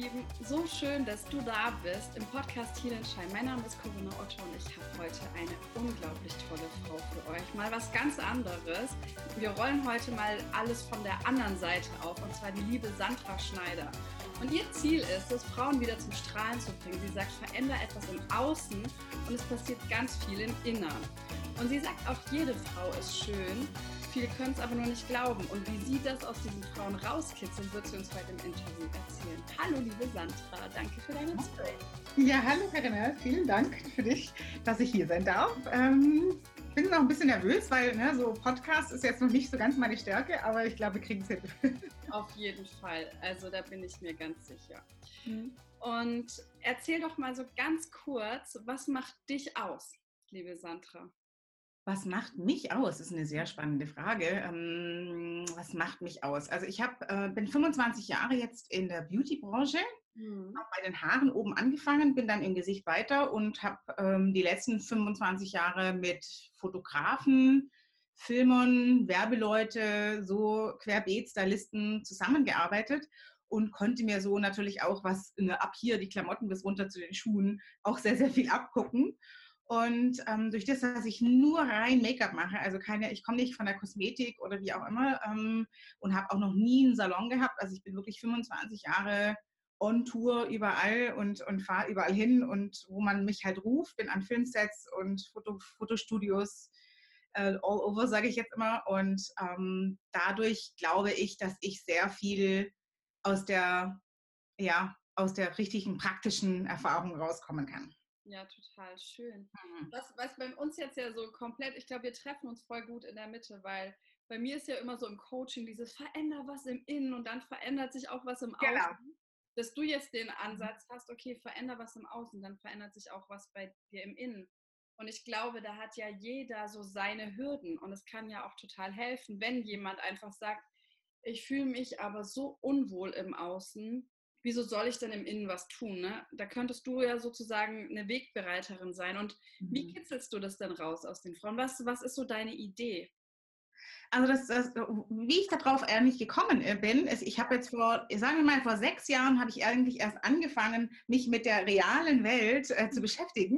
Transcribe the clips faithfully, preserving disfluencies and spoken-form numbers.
Lieben, so schön, dass du da bist im Podcast Heal and Shine. Mein Name ist Corinna Otto und ich habe heute eine unglaublich tolle Frau für euch. Mal was ganz anderes. Wir rollen heute mal alles von der anderen Seite auf, und zwar die liebe Sandra Schneider. Und ihr Ziel ist es, Frauen wieder zum Strahlen zu bringen. Sie sagt, verändere etwas im Außen und es passiert ganz viel im Innern. Und sie sagt auch, jede Frau ist schön. Viele können es aber nur nicht glauben. Und wie sie das aus diesen Frauen rauskitzelt, wird sie uns heute im Interview erzählen. Hallo, liebe Sandra, danke für deine Zeit. Ja, hallo Corinna, vielen Dank für dich, dass ich hier sein darf. Ähm, bin noch ein bisschen nervös, weil ne, so Podcast ist jetzt noch nicht so ganz meine Stärke, aber ich glaube, wir kriegen es hin. Auf jeden Fall, also da bin ich mir ganz sicher. Mhm. Und erzähl doch mal so ganz kurz, was macht dich aus, liebe Sandra? Was macht mich aus? Das ist eine sehr spannende Frage. Ähm, was macht mich aus? Also ich hab, äh, bin fünfundzwanzig Jahre jetzt in der Beauty-Branche, mhm. habe bei den Haaren oben angefangen, bin dann im Gesicht weiter und habe ähm, die letzten fünfundzwanzig Jahre mit Fotografen, Filmern, Werbeleute, so querbeet Stylisten zusammengearbeitet und konnte mir so natürlich auch was ne, ab hier die Klamotten bis runter zu den Schuhen auch sehr, sehr viel abgucken. Und ähm, durch das, dass ich nur rein Make-up mache, also keine, ich komme nicht von der Kosmetik oder wie auch immer ähm, und habe auch noch nie einen Salon gehabt. Also ich bin wirklich fünfundzwanzig Jahre on Tour überall und, und fahre überall hin und wo man mich halt ruft, bin an Filmsets und Foto, Fotostudios äh, all over, sage ich jetzt immer. Und ähm, dadurch glaube ich, dass ich sehr viel aus der, ja, aus der richtigen praktischen Erfahrung rauskommen kann. Ja, total schön. Was, was bei uns jetzt ja so komplett, ich glaube, wir treffen uns voll gut in der Mitte, weil bei mir ist ja immer so im Coaching dieses veränder was im Innen und dann verändert sich auch was im Außen. Genau. Dass du jetzt den Ansatz hast, okay, veränder was im Außen, dann verändert sich auch was bei dir im Innen. Und ich glaube, da hat ja jeder so seine Hürden und es kann ja auch total helfen, wenn jemand einfach sagt, ich fühle mich aber so unwohl im Außen, wieso soll ich denn im Innen was tun? Ne? Da könntest du ja sozusagen eine Wegbereiterin sein. Und mhm. wie kitzelst du das denn raus aus den Frauen? Was, was ist so deine Idee? Also das, das, wie ich darauf eigentlich gekommen bin, ist, ich habe jetzt vor, sagen wir mal, vor sechs Jahren habe ich eigentlich erst angefangen, mich mit der realen Welt äh, zu beschäftigen,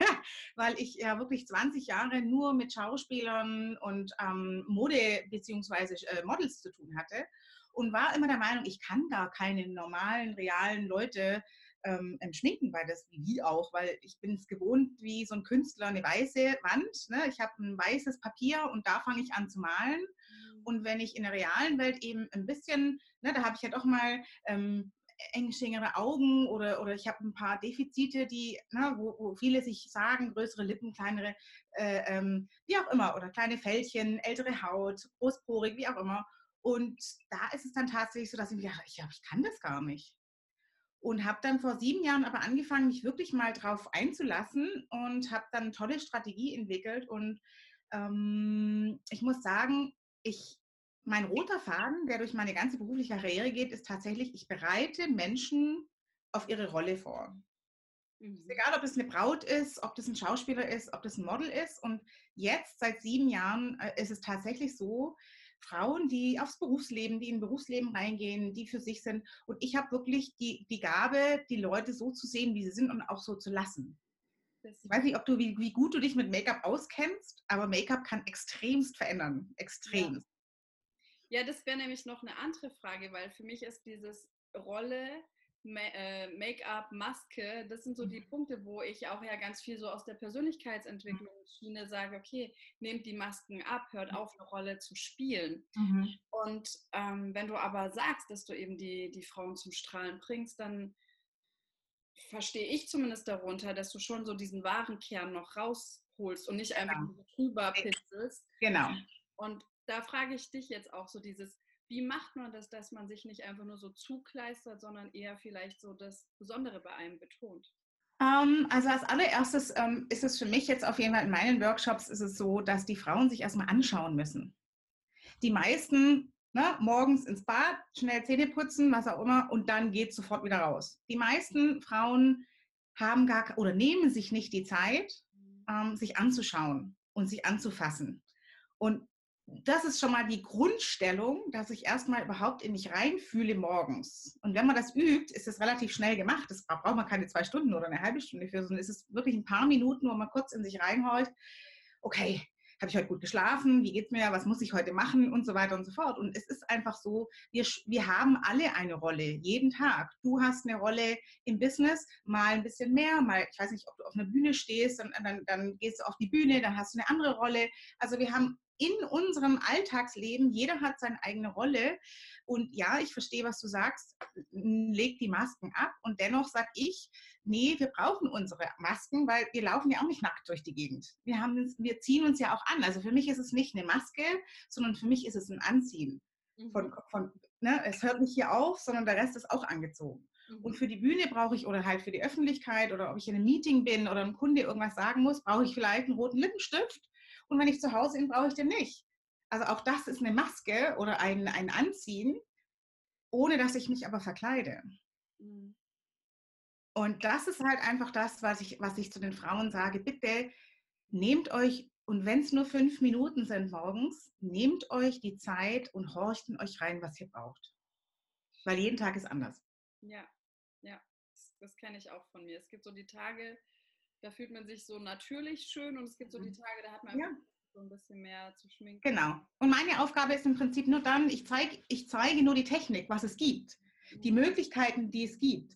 weil ich ja wirklich zwanzig Jahre nur mit Schauspielern und ähm, Mode bzw. Äh, Models zu tun hatte und war immer der Meinung, ich kann gar keine normalen, realen Leute ähm, schminken, weil das wie auch, weil ich bin es gewohnt, wie so ein Künstler eine weiße Wand, ne? Ich habe ein weißes Papier und da fange ich an zu malen und wenn ich in der realen Welt eben ein bisschen, ne, da habe ich halt auch mal ähm, engschingere Augen oder, oder ich habe ein paar Defizite, die, ne, wo, wo viele sich sagen, größere Lippen, kleinere, äh, ähm, wie auch immer, oder kleine Fältchen, ältere Haut, großporig, wie auch immer. Und da ist es dann tatsächlich so, dass ich mir dachte, ich, ich kann das gar nicht. Und habe dann vor sieben Jahren aber angefangen, mich wirklich mal drauf einzulassen und habe dann eine tolle Strategie entwickelt. Und ähm, ich muss sagen, ich, mein roter Faden, der durch meine ganze berufliche Karriere geht, ist tatsächlich, ich bereite Menschen auf ihre Rolle vor. Mhm. Ist egal, ob das eine Braut ist, ob das ein Schauspieler ist, ob das ein Model ist. Und jetzt, seit sieben Jahren, äh, ist es tatsächlich so, Frauen, die aufs Berufsleben, die in Berufsleben reingehen, die für sich sind. Und ich habe wirklich die, die Gabe, die Leute so zu sehen, wie sie sind und auch so zu lassen. Ich weiß nicht, ob du, wie, wie gut du dich mit Make-up auskennst, aber Make-up kann extremst verändern. Extremst. Ja, ja, das wäre nämlich noch eine andere Frage, weil für mich ist dieses Rolle, Make-up, Maske, das sind so die Punkte, wo ich auch ja ganz viel so aus der Persönlichkeitsentwicklungsschiene sage, okay, nehmt die Masken ab, hört auf, eine Rolle zu spielen. Mhm. Und ähm, wenn du aber sagst, dass du eben die, die Frauen zum Strahlen bringst, dann verstehe ich zumindest darunter, dass du schon so diesen wahren Kern noch rausholst und nicht einfach nur drüber pitzelst. Genau. Und da frage ich dich jetzt auch so dieses, wie macht man das, dass man sich nicht einfach nur so zukleistert, sondern eher vielleicht so das Besondere bei einem betont? Um, also als allererstes um, ist es für mich jetzt auf jeden Fall in meinen Workshops ist es so, dass die Frauen sich erstmal anschauen müssen. Die meisten, ne, morgens ins Bad, schnell Zähne putzen, was auch immer, und dann geht sofort wieder raus. Die meisten Frauen haben gar oder nehmen sich nicht die Zeit, um, sich anzuschauen und sich anzufassen. Und das ist schon mal die Grundstellung, dass ich erstmal überhaupt in mich reinfühle morgens. Und wenn man das übt, ist es relativ schnell gemacht. Das braucht man keine zwei Stunden oder eine halbe Stunde für, sondern es ist wirklich ein paar Minuten, wo man kurz in sich reinhorcht. Okay, habe ich heute gut geschlafen? Wie geht's mir? Was muss ich heute machen? Und so weiter und so fort. Und es ist einfach so, wir, wir haben alle eine Rolle, jeden Tag. Du hast eine Rolle im Business, mal ein bisschen mehr, mal, ich weiß nicht, ob du auf einer Bühne stehst, dann, dann, dann gehst du auf die Bühne, dann hast du eine andere Rolle. Also wir haben in unserem Alltagsleben, jeder hat seine eigene Rolle. Und ja, ich verstehe, was du sagst, leg die Masken ab. Und dennoch sage ich, nee, wir brauchen unsere Masken, weil wir laufen ja auch nicht nackt durch die Gegend. Wir, haben, wir ziehen uns ja auch an. Also für mich ist es nicht eine Maske, sondern für mich ist es ein Anziehen. Von, von, ne, es hört nicht hier auf, sondern der Rest ist auch angezogen. Mhm. Und für die Bühne brauche ich, oder halt für die Öffentlichkeit, oder ob ich in einem Meeting bin oder einem Kunde irgendwas sagen muss, brauche ich vielleicht einen roten Lippenstift. Und wenn ich zu Hause bin, brauche ich den nicht. Also auch das ist eine Maske oder ein, ein Anziehen, ohne dass ich mich aber verkleide. Mhm. Und das ist halt einfach das, was ich, was ich zu den Frauen sage. Bitte nehmt euch, und wenn es nur fünf Minuten sind morgens, nehmt euch die Zeit und horcht in euch rein, was ihr braucht. Weil jeden Tag ist anders. Ja, ja, das, das kenne ich auch von mir. Es gibt so die Tage, da fühlt man sich so natürlich schön, und es gibt so die Tage, da hat man ja. so ein bisschen mehr zu schminken. Genau. Und meine Aufgabe ist im Prinzip nur dann, ich, zeig, ich zeige nur die Technik, was es gibt, die Möglichkeiten, die es gibt.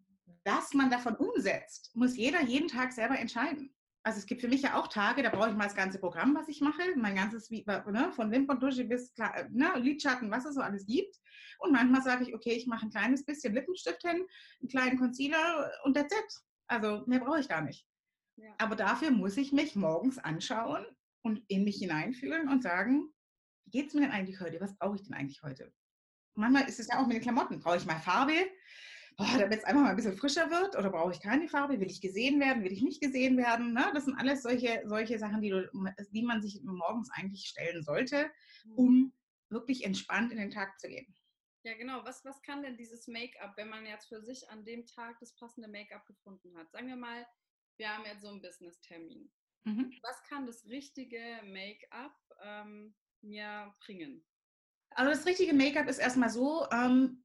Dass man davon umsetzt, muss jeder jeden Tag selber entscheiden. Also es gibt für mich ja auch Tage, da brauche ich mal das ganze Programm, was ich mache, mein ganzes, ne, von Wimperntusche bis ne, Lidschatten, was es so alles gibt. Und manchmal sage ich, okay, ich mache ein kleines bisschen Lippenstift hin, einen kleinen Concealer und that's it. Also mehr brauche ich gar nicht. Ja. Aber dafür muss ich mich morgens anschauen und in mich hineinfühlen und sagen, wie geht es mir denn eigentlich heute? Was brauche ich denn eigentlich heute? Manchmal ist es ja auch mit den Klamotten. Brauche ich mal Farbe, oh, damit es einfach mal ein bisschen frischer wird? Oder brauche ich keine Farbe? Will ich gesehen werden? Will ich nicht gesehen werden? Ne? Das sind alles solche, solche Sachen, die, du, die man sich morgens eigentlich stellen sollte, um wirklich entspannt in den Tag zu gehen. Ja, genau. Was, was kann denn dieses Make-up, wenn man jetzt für sich an dem Tag das passende Make-up gefunden hat? Sagen wir mal, wir haben jetzt so einen Business-Termin. Mhm. Was kann das richtige Make-up ähm, mir bringen? Also das richtige Make-up ist erstmal so, ähm,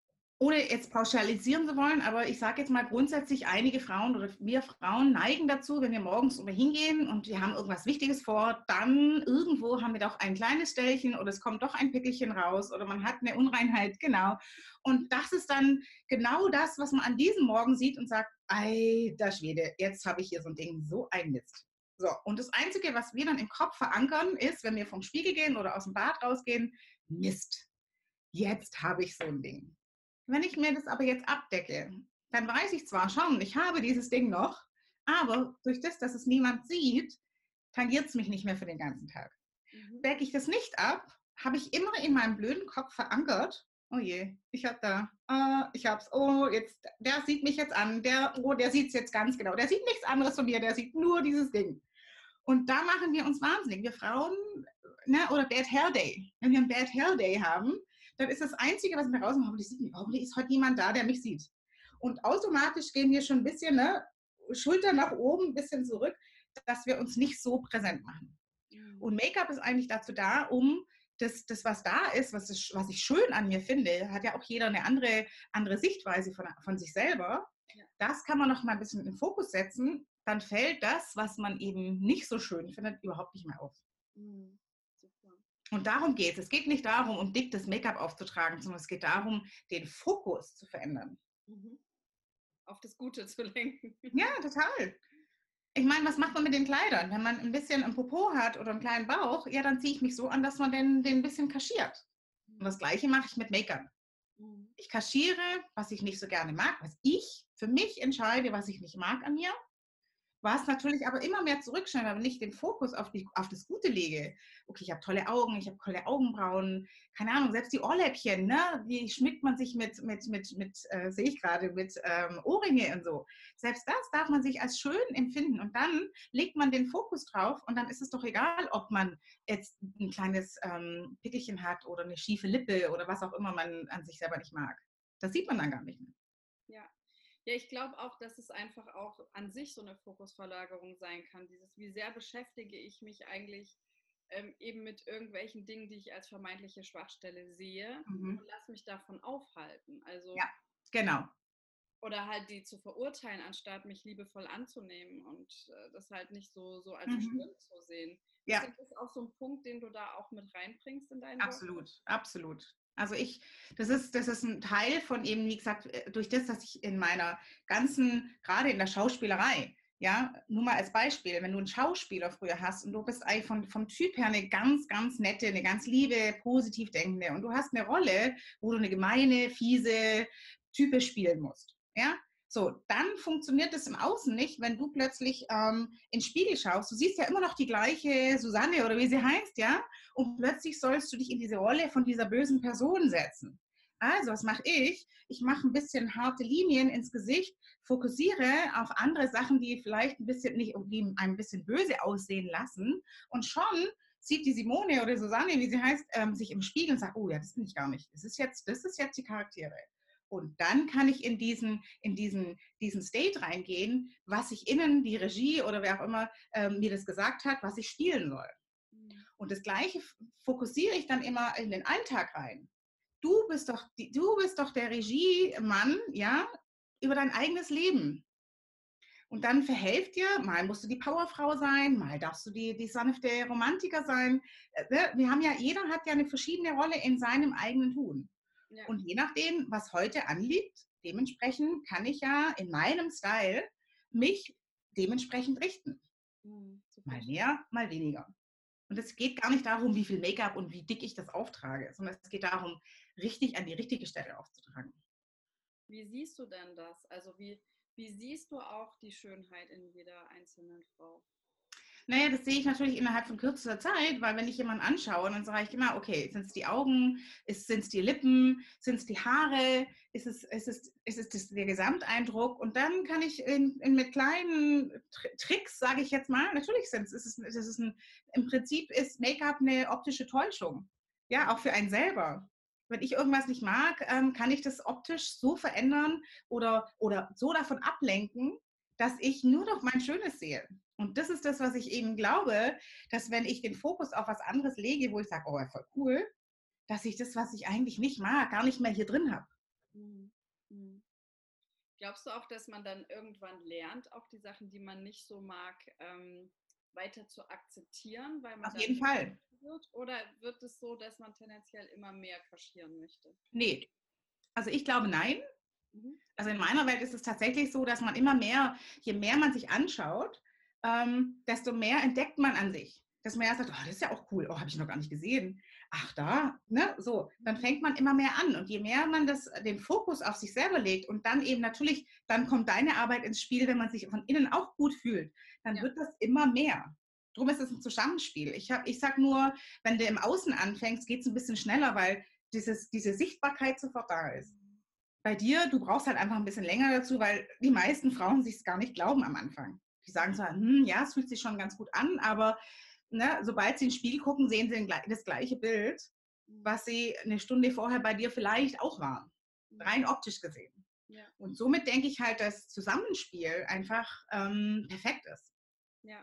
ohne jetzt pauschalisieren zu wollen, aber ich sage jetzt mal grundsätzlich, einige Frauen oder wir Frauen neigen dazu, wenn wir morgens hingehen und wir haben irgendwas Wichtiges vor, dann irgendwo haben wir doch ein kleines Stellchen oder es kommt doch ein Pickelchen raus oder man hat eine Unreinheit, genau. Und das ist dann genau das, was man an diesem Morgen sieht und sagt, alter Schwede, jetzt habe ich hier so ein Ding, so ein Mist. So, und das Einzige, was wir dann im Kopf verankern, ist, wenn wir vom Spiegel gehen oder aus dem Bad rausgehen, Mist, jetzt habe ich so ein Ding. Wenn ich mir das aber jetzt abdecke, dann weiß ich zwar schon, ich habe dieses Ding noch, aber durch das, dass es niemand sieht, tangiert es mich nicht mehr für den ganzen Tag. Mhm. Decke ich das nicht ab, habe ich immer in meinem blöden Kopf verankert, oh je, ich habe da, oh, ich hab's, oh, jetzt, der sieht mich jetzt an, der, oh, der sieht es jetzt ganz genau, der sieht nichts anderes von mir, der sieht nur dieses Ding. Und da machen wir uns wahnsinnig. Wir Frauen, ne, oder Bad Hair Day, wenn wir einen Bad Hair Day haben, dann ist das Einzige, was wir rausmachen, hoffentlich sieht mich, hoffentlich ist heute niemand da, der mich sieht. Und automatisch gehen wir schon ein bisschen, ne, Schulter nach oben, ein bisschen zurück, dass wir uns nicht so präsent machen. Mhm. Und Make-up ist eigentlich dazu da, um das, das was da ist, was, ist, was ich schön an mir finde, hat ja auch jeder eine andere, andere Sichtweise von, von sich selber. Ja. Das kann man noch mal ein bisschen in den Fokus setzen, dann fällt das, was man eben nicht so schön findet, überhaupt nicht mehr auf. Mhm. Und darum geht es. Es geht nicht darum, um dickes Make-up aufzutragen, sondern es geht darum, den Fokus zu verändern. Mhm. Auf das Gute zu lenken. Ja, total. Ich meine, was macht man mit den Kleidern? Wenn man ein bisschen einen Popo hat oder einen kleinen Bauch, ja, dann ziehe ich mich so an, dass man den, den ein bisschen kaschiert. Und das Gleiche mache ich mit Make-up. Mhm. Ich kaschiere, was ich nicht so gerne mag, was ich für mich entscheide, was ich nicht mag an mir. Was natürlich aber immer mehr zurückschneiden, wenn ich den Fokus auf, die, auf das Gute lege. Okay, ich habe tolle Augen, ich habe tolle Augenbrauen, keine Ahnung, selbst die Ohrläppchen, ne? Die schmückt man sich mit, mit, mit, mit äh, sehe ich gerade, mit ähm, Ohrringe und so. Selbst das darf man sich als schön empfinden und dann legt man den Fokus drauf und dann ist es doch egal, ob man jetzt ein kleines ähm, Pickelchen hat oder eine schiefe Lippe oder was auch immer man an sich selber nicht mag. Das sieht man dann gar nicht mehr. Ja. Ja, ich glaube auch, dass es einfach auch an sich so eine Fokusverlagerung sein kann. Dieses, wie sehr beschäftige ich mich eigentlich ähm, eben mit irgendwelchen Dingen, die ich als vermeintliche Schwachstelle sehe Mhm. und lasse mich davon aufhalten. Also, Ja, genau. oder halt die zu verurteilen, anstatt mich liebevoll anzunehmen und äh, das halt nicht so, so als so Mhm. schlimm zu sehen. Ist Ja, das auch so ein Punkt, den du da auch mit reinbringst in deinen Workshop? absolut, absolut. Also ich, das ist, das ist ein Teil von eben, wie gesagt, äh, durch das, dass ich in meiner ganzen, gerade in der Schauspielerei, ja, nur mal als Beispiel, wenn du einen Schauspieler früher hast und du bist eigentlich von, vom Typ her eine ganz, ganz nette, eine ganz liebe, positiv denkende und du hast eine Rolle, wo du eine gemeine, fiese Type spielen musst, ja, so, dann funktioniert es im Außen nicht, wenn du plötzlich ähm, in den Spiegel schaust. Du siehst ja immer noch die gleiche Susanne oder wie sie heißt, ja, und plötzlich sollst du dich in diese Rolle von dieser bösen Person setzen. Also, was mache ich? Ich mache ein bisschen harte Linien ins Gesicht, fokussiere auf andere Sachen, die vielleicht ein bisschen nicht, die ein bisschen böse aussehen lassen. Und schon sieht die Simone oder Susanne, wie sie heißt, ähm, sich im Spiegel und sagt, oh ja, das bin ich gar nicht. Das ist jetzt, das ist jetzt die Charaktere. Und dann kann ich in diesen, in diesen, diesen State reingehen, was ich innen, die Regie oder wer auch immer ähm, mir das gesagt hat, was ich spielen soll. Und das Gleiche fokussiere ich dann immer in den Alltag rein. Du bist doch, du bist doch der Regiemann, ja, über dein eigenes Leben. Und dann verhelft dir, mal musst du die Powerfrau sein, mal darfst du die, die sanfte Romantiker sein. Wir haben ja, jeder hat ja eine verschiedene Rolle in seinem eigenen Tun. Ja. Und je nachdem, was heute anliegt, dementsprechend kann ich ja in meinem Style mich dementsprechend richten. Mhm, Mal mehr, mal weniger. Und es geht gar nicht darum, wie viel Make-up und wie dick ich das auftrage, sondern es geht darum, richtig an die richtige Stelle aufzutragen. Wie siehst du denn das? Also wie, wie siehst du auch die Schönheit in jeder einzelnen Frau? Naja, das sehe ich natürlich innerhalb von kürzester Zeit, weil wenn ich jemanden anschaue, dann sage ich immer, okay, sind es die Augen, sind es die Lippen, sind es die Haare, ist es, ist es, ist es das, der Gesamteindruck? Und dann kann ich in, in mit kleinen Tricks, sage ich jetzt mal, natürlich sind es, ist es, ist es ein, im Prinzip ist Make-up eine optische Täuschung. Ja, auch für einen selber. Wenn ich irgendwas nicht mag, ähm, kann ich das optisch so verändern oder, oder so davon ablenken, dass ich nur noch mein Schönes sehe. Und das ist das, was ich eben glaube, dass wenn ich den Fokus auf was anderes lege, wo ich sage, oh, voll cool, dass ich das, was ich eigentlich nicht mag, gar nicht mehr hier drin habe. Mhm. Mhm. Glaubst du auch, dass man dann irgendwann lernt, auch die Sachen, die man nicht so mag, ähm, weiter zu akzeptieren, weil man Auf dann jeden Fall. wird? Oder wird es so, dass man tendenziell immer mehr kaschieren möchte? Nee. Also ich glaube nein. Mhm. Also in meiner Welt ist es tatsächlich so, dass man immer mehr, je mehr man sich anschaut, ähm, desto mehr entdeckt man an sich. Dass man ja sagt, oh, das ist ja auch cool, oh, habe ich noch gar nicht gesehen. Ach da, ne, so, dann fängt man immer mehr an. Und je mehr man das, den Fokus auf sich selber legt und dann eben natürlich, dann kommt deine Arbeit ins Spiel, wenn man sich von innen auch gut fühlt, dann Ja. wird das immer mehr. Drum ist es ein Zusammenspiel. Ich, ich sage nur, wenn du im Außen anfängst, geht es ein bisschen schneller, weil dieses, diese Sichtbarkeit sofort da ist. Bei dir, du brauchst halt einfach ein bisschen länger dazu, weil die meisten Frauen sich es gar nicht glauben am Anfang. Die sagen zwar, hm, ja, es fühlt sich schon ganz gut an, aber ne, sobald sie ins Spiel gucken, sehen sie das gleiche Bild, was sie eine Stunde vorher bei dir vielleicht auch waren. Rein optisch gesehen. Ja. Und somit denke ich halt, dass Zusammenspiel einfach ähm, perfekt ist. Ja.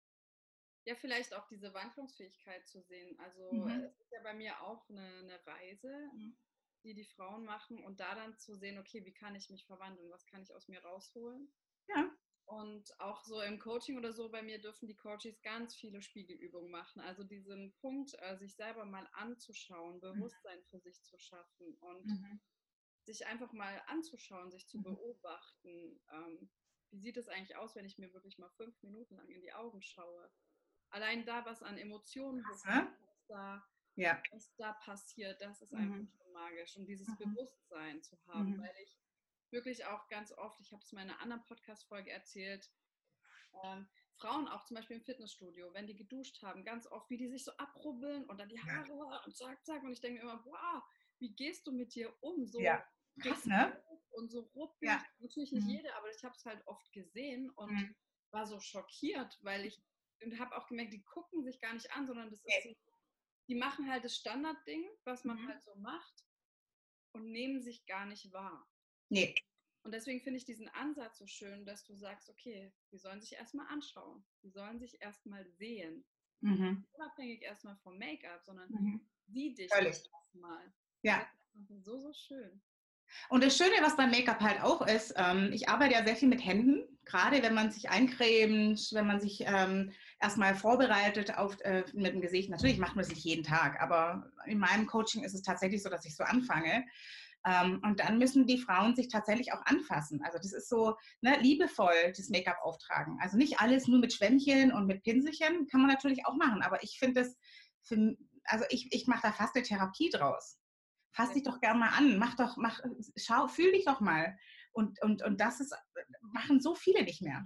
Ja, vielleicht auch diese Wandlungsfähigkeit zu sehen. Also Mhm. es ist ja bei mir auch eine, eine Reise, die die Frauen machen und da dann zu sehen, okay, wie kann ich mich verwandeln, was kann ich aus mir rausholen? Ja. Und auch so im Coaching oder so, bei mir dürfen die Coaches ganz viele Spiegelübungen machen. Also diesen Punkt, äh, sich selber mal anzuschauen, Bewusstsein für sich zu schaffen und Mhm. sich einfach mal anzuschauen, sich zu Mhm. beobachten. Ähm, wie sieht es eigentlich aus, wenn ich mir wirklich mal fünf Minuten lang in die Augen schaue? Allein da, was an Emotionen Krass, hochkommt, ne? was da, Ja. was da passiert, das ist einfach Mhm. schon magisch. Und dieses Mhm. Bewusstsein zu haben, Mhm. weil ich wirklich auch ganz oft, ich habe es in meiner anderen Podcast-Folge erzählt, ähm, Frauen auch zum Beispiel im Fitnessstudio, wenn die geduscht haben, ganz oft, wie die sich so abrubbeln und dann die Ja. Haare und zack, zack. Und ich denke mir immer, wow, wie gehst du mit dir um? Ja. So Krass, ne? und so Ja. ruppig. Natürlich nicht Mhm. jede, aber ich habe es halt oft gesehen und Mhm. war so schockiert, weil ich und habe auch gemerkt, die gucken sich gar nicht an, sondern das ist Nee. so, die machen halt das Standardding, was man Mhm. halt so macht und nehmen sich gar nicht wahr. Nee. Und deswegen finde ich diesen Ansatz so schön, dass du sagst, okay, die sollen sich erstmal anschauen, die sollen sich erstmal sehen. Mhm. Unabhängig erstmal vom Make-up, sondern Mhm. sieh dich Völlig. erstmal. Ja. Das ist so, so schön. Und das Schöne, was beim Make-up halt auch ist, ähm, ich arbeite ja sehr viel mit Händen, gerade wenn man sich eincremt, wenn man sich ähm, erstmal vorbereitet auf, äh, mit dem Gesicht. Natürlich macht man es nicht jeden Tag, aber in meinem Coaching ist es tatsächlich so, dass ich so anfange. Ähm, und dann müssen die Frauen sich tatsächlich auch anfassen. Also das ist so, ne, liebevoll das Make-up auftragen. Also nicht alles nur mit Schwämmchen und mit Pinselchen, kann man natürlich auch machen, aber ich finde das, für, also ich, ich mache da fast eine Therapie draus. Fass dich doch gerne mal an, mach doch, mach, schau, fühl dich doch mal. Und, und, und das ist, machen so viele nicht mehr.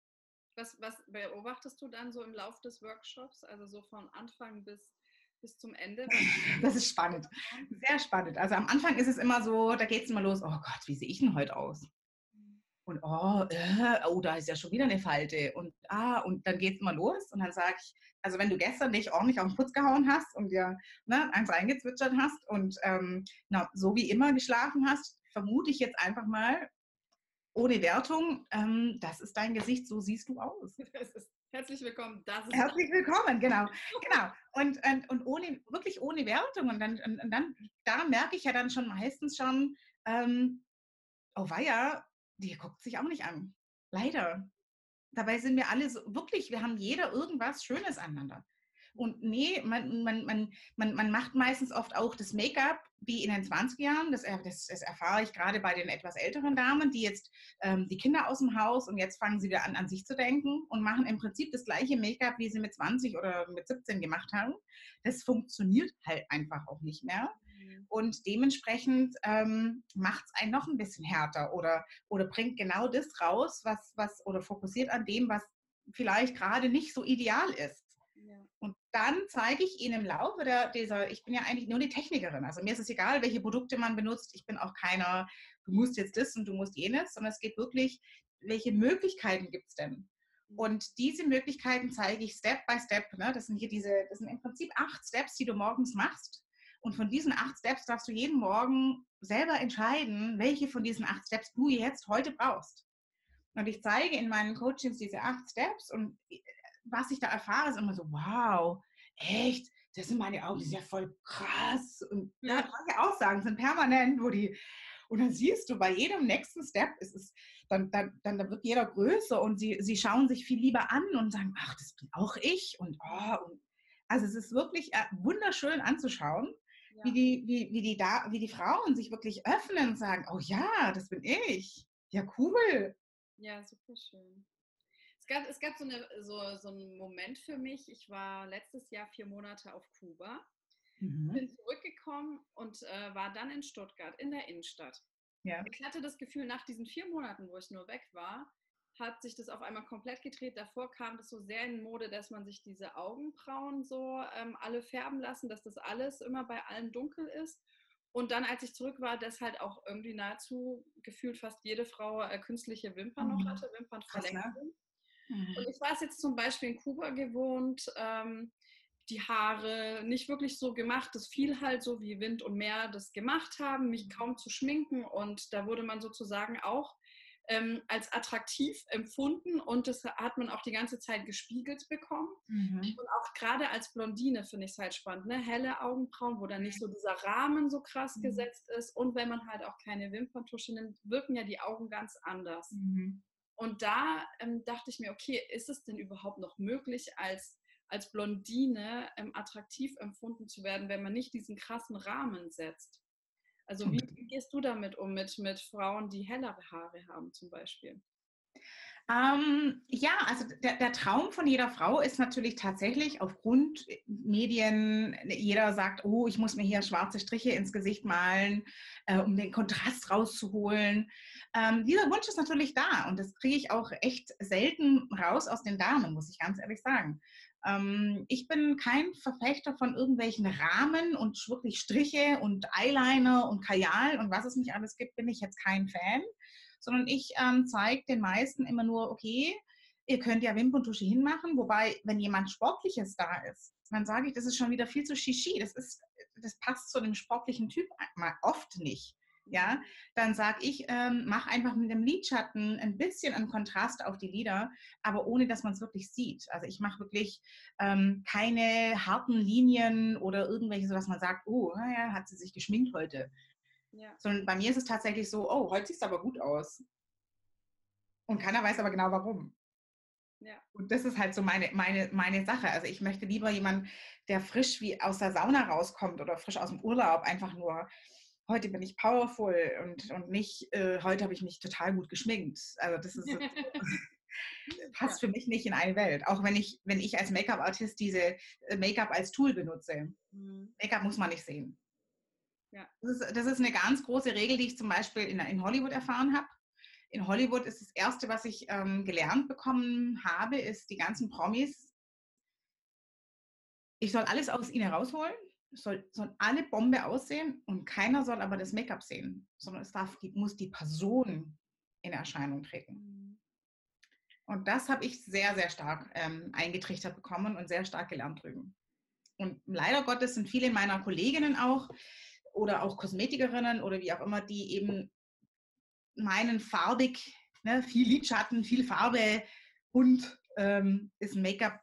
Was, was beobachtest du dann so im Laufe des Workshops, also so von Anfang bis, bis zum Ende? Das ist spannend, sehr spannend. Also am Anfang ist es immer so, da geht es immer los, oh Gott, wie sehe ich denn heute aus? Und oh, äh, oh, da ist ja schon wieder eine Falte. Und ah, und dann geht es immer los. Und dann sage ich, also wenn du gestern dich ordentlich auf den Putz gehauen hast und dir ne, eins reingezwitschert hast und ähm, na, so wie immer geschlafen hast, vermute ich jetzt einfach mal, ohne Wertung, ähm, das ist dein Gesicht, so siehst du aus. Ist, herzlich willkommen, das ist Herzlich willkommen, genau. genau. Und, und, und ohne, wirklich ohne Wertung. Und dann, und, und dann, da merke ich ja dann schon meistens schon, ähm, oh weia, die guckt sich auch nicht an. Leider. Dabei sind wir alle so, wirklich, wir haben jeder irgendwas Schönes aneinander. Und nee, man, man, man, man, man macht meistens oft auch das Make-up wie in den zwanziger Jahren. Das, das, das erfahre ich gerade bei den etwas älteren Damen, die jetzt ähm, die Kinder aus dem Haus und jetzt fangen sie wieder an, an sich zu denken und machen im Prinzip das gleiche Make-up, wie sie mit zwanzig oder mit siebzehn gemacht haben. Das funktioniert halt einfach auch nicht mehr. Und dementsprechend ähm, macht es einen noch ein bisschen härter oder, oder bringt genau das raus, was, was oder fokussiert an dem, was vielleicht gerade nicht so ideal ist. Ja. Und dann zeige ich Ihnen im Laufe der, dieser, ich bin ja eigentlich nur die Technikerin, also mir ist es egal, welche Produkte man benutzt, ich bin auch keiner, du musst jetzt das und du musst jenes, sondern es geht wirklich, welche Möglichkeiten gibt es denn? Und diese Möglichkeiten zeige ich Step by Step. Ne? Das sind hier diese, das sind im Prinzip acht Steps, die du morgens machst. Und von diesen acht Steps darfst du jeden Morgen selber entscheiden, welche von diesen acht Steps du jetzt heute brauchst. Und ich zeige in meinen Coachings diese acht Steps und was ich da erfahre, ist immer so, wow, echt, das sind meine Augen, die sind ja voll krass. Und ja, kann ich auch sagen, sind permanent, wo die, und dann siehst du, bei jedem nächsten Step ist es, dann, dann, dann wird jeder größer und sie, sie schauen sich viel lieber an und sagen, ach, das bin auch ich. Und, oh, und also es ist wirklich wunderschön anzuschauen. Ja. Wie, die, wie, wie, die da, wie die Frauen sich wirklich öffnen und sagen, oh ja, das bin ich. Ja, cool. Ja, super schön. Es gab, es gab so, eine, so, so einen Moment für mich. Ich war letztes Jahr vier Monate auf Kuba, mhm. bin zurückgekommen und äh, war dann in Stuttgart, in der Innenstadt. Ja. Ich hatte das Gefühl, nach diesen vier Monaten, wo ich nur weg war, hat sich das auf einmal komplett gedreht. Davor kam das so sehr in Mode, dass man sich diese Augenbrauen so ähm, alle färben lassen, dass das alles immer bei allen dunkel ist. Und dann, als ich zurück war, dass halt auch irgendwie nahezu gefühlt fast jede Frau äh, künstliche Wimpern mhm. noch hatte, Wimpernverlängerung. Mhm. Und ich war es jetzt zum Beispiel in Kuba gewohnt, ähm, die Haare nicht wirklich so gemacht, das fiel halt so, wie Wind und Meer das gemacht haben, mich kaum zu schminken und da wurde man sozusagen auch ähm, als attraktiv empfunden und das hat man auch die ganze Zeit gespiegelt bekommen. Mhm. Und auch gerade als Blondine finde ich es halt spannend, ne? Helle Augenbrauen, wo dann nicht so dieser Rahmen so krass mhm. gesetzt ist und wenn man halt auch keine Wimperntusche nimmt, wirken ja die Augen ganz anders. Mhm. Und da ähm, dachte ich mir, okay, ist es denn überhaupt noch möglich, als, als Blondine ähm, attraktiv empfunden zu werden, wenn man nicht diesen krassen Rahmen setzt? Also wie, wie gehst du damit um, mit, mit Frauen, die hellere Haare haben zum Beispiel? Ähm, ja, also der, der Traum von jeder Frau ist natürlich tatsächlich aufgrund Medien, jeder sagt, oh, ich muss mir hier schwarze Striche ins Gesicht malen, äh, um den Kontrast rauszuholen. Ähm, dieser Wunsch ist natürlich da und das kriege ich auch echt selten raus aus den Damen, muss ich ganz ehrlich sagen. Ähm, ich bin kein Verfechter von irgendwelchen Rahmen und wirklich Striche und Eyeliner und Kajal und was es nicht alles gibt, bin ich jetzt kein Fan. Sondern ich ähm, zeige den meisten immer nur, okay, ihr könnt ja Wimperntusche hinmachen, wobei, wenn jemand Sportliches da ist, dann sage ich, das ist schon wieder viel zu Shishi, das, ist, das passt zu einem sportlichen Typ oft nicht. ja, dann sage ich, ähm, mach einfach mit dem Lidschatten ein bisschen einen Kontrast auf die Lider, aber ohne, dass man es wirklich sieht. Also ich mache wirklich ähm, keine harten Linien oder irgendwelche, so dass man sagt, oh, naja, hat sie sich geschminkt heute. Ja. Sondern bei mir ist es tatsächlich so, oh, heute sieht es aber gut aus. Und keiner weiß aber genau, warum. Ja. Und das ist halt so meine, meine, meine Sache. Also ich möchte lieber jemanden, der frisch wie aus der Sauna rauskommt oder frisch aus dem Urlaub, einfach nur, heute bin ich powerful und, und nicht, äh, heute habe ich mich total gut geschminkt. Also das ist, passt Ja. für mich nicht in eine Welt. Auch wenn ich, wenn ich als Make-up-Artist diese Make-up als Tool benutze. Mhm. Make-up muss man nicht sehen. Ja. Das ist, das ist eine ganz große Regel, die ich zum Beispiel in, in Hollywood erfahren habe. In Hollywood ist das Erste, was ich ähm, gelernt bekommen habe, ist die ganzen Promis. Ich soll alles aus ihnen rausholen, es soll, sollen alle Bombe aussehen und keiner soll aber das Make-up sehen, sondern es darf, muss die Person in Erscheinung treten. Mhm. Und das habe ich sehr, sehr stark ähm, eingetrichtert bekommen und sehr stark gelernt drüben. Und leider Gottes sind viele meiner Kolleginnen auch oder auch Kosmetikerinnen oder wie auch immer, die eben meinen farbig, ne, viel Lidschatten, viel Farbe und ähm, ist Make-up,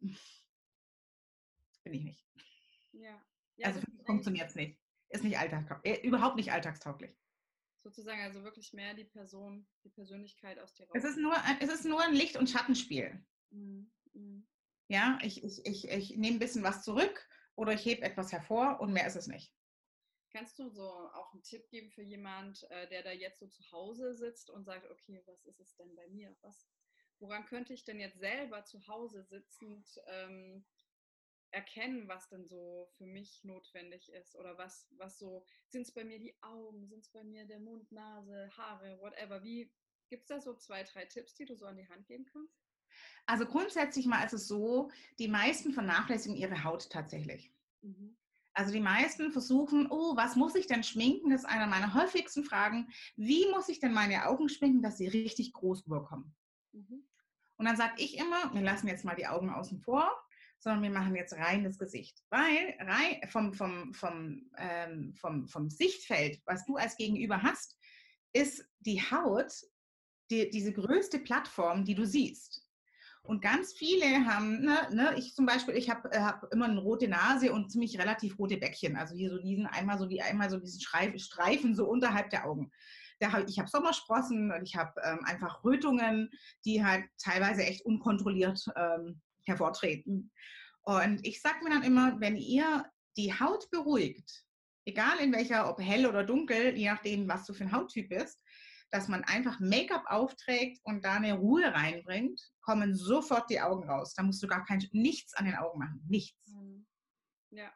bin ich nicht. Ja. Ja, Also das ist funktioniert es nicht. Ist nicht alltag, äh, überhaupt nicht alltagstauglich. sozusagen also wirklich mehr die Person, die Persönlichkeit aus dir Es raus. ist nur, es ist nur ein Licht- und Schattenspiel. Mhm. Mhm. Ja, ich, ich, ich, ich nehme ein bisschen was zurück oder ich hebe etwas hervor und mehr ist es nicht. Kannst du so auch einen Tipp geben für jemand, äh, der da jetzt so zu Hause sitzt und sagt, okay, was ist es denn bei mir? Was, woran könnte ich denn jetzt selber zu Hause sitzend ähm, erkennen, was denn so für mich notwendig ist? Oder was, was so, sind es bei mir die Augen, sind es bei mir der Mund, Nase, Haare, whatever? Wie, gibt es da so zwei, drei Tipps, die du so an die Hand geben kannst? Also grundsätzlich mal ist es so, die meisten vernachlässigen ihre Haut tatsächlich. Mhm. Also die meisten versuchen, oh, was muss ich denn schminken? Das ist einer meiner häufigsten Fragen. Wie muss ich denn meine Augen schminken, dass sie richtig groß rüberkommen? Mhm. Und dann sage ich immer, wir lassen jetzt mal die Augen außen vor, sondern wir machen jetzt rein das Gesicht. Weil rein vom, vom, vom, ähm, vom, vom Sichtfeld, was du als Gegenüber hast, ist die Haut die, diese größte Plattform, die du siehst. Und ganz viele haben, ne, ne, ich zum Beispiel, ich habe hab immer eine rote Nase und ziemlich relativ rote Bäckchen. Also hier so diesen, einmal so, die, einmal so diesen Streifen so unterhalb der Augen. Da hab, ich habe Sommersprossen und ich habe ähm, einfach Rötungen, die halt teilweise echt unkontrolliert ähm, hervortreten. Und ich sage mir dann immer, wenn ihr die Haut beruhigt, egal in welcher, ob hell oder dunkel, je nachdem, was du für ein Hauttyp bist, dass man einfach Make-up aufträgt und da eine Ruhe reinbringt, kommen sofort die Augen raus. Da musst du gar kein, nichts an den Augen machen. Nichts. Mhm. Ja.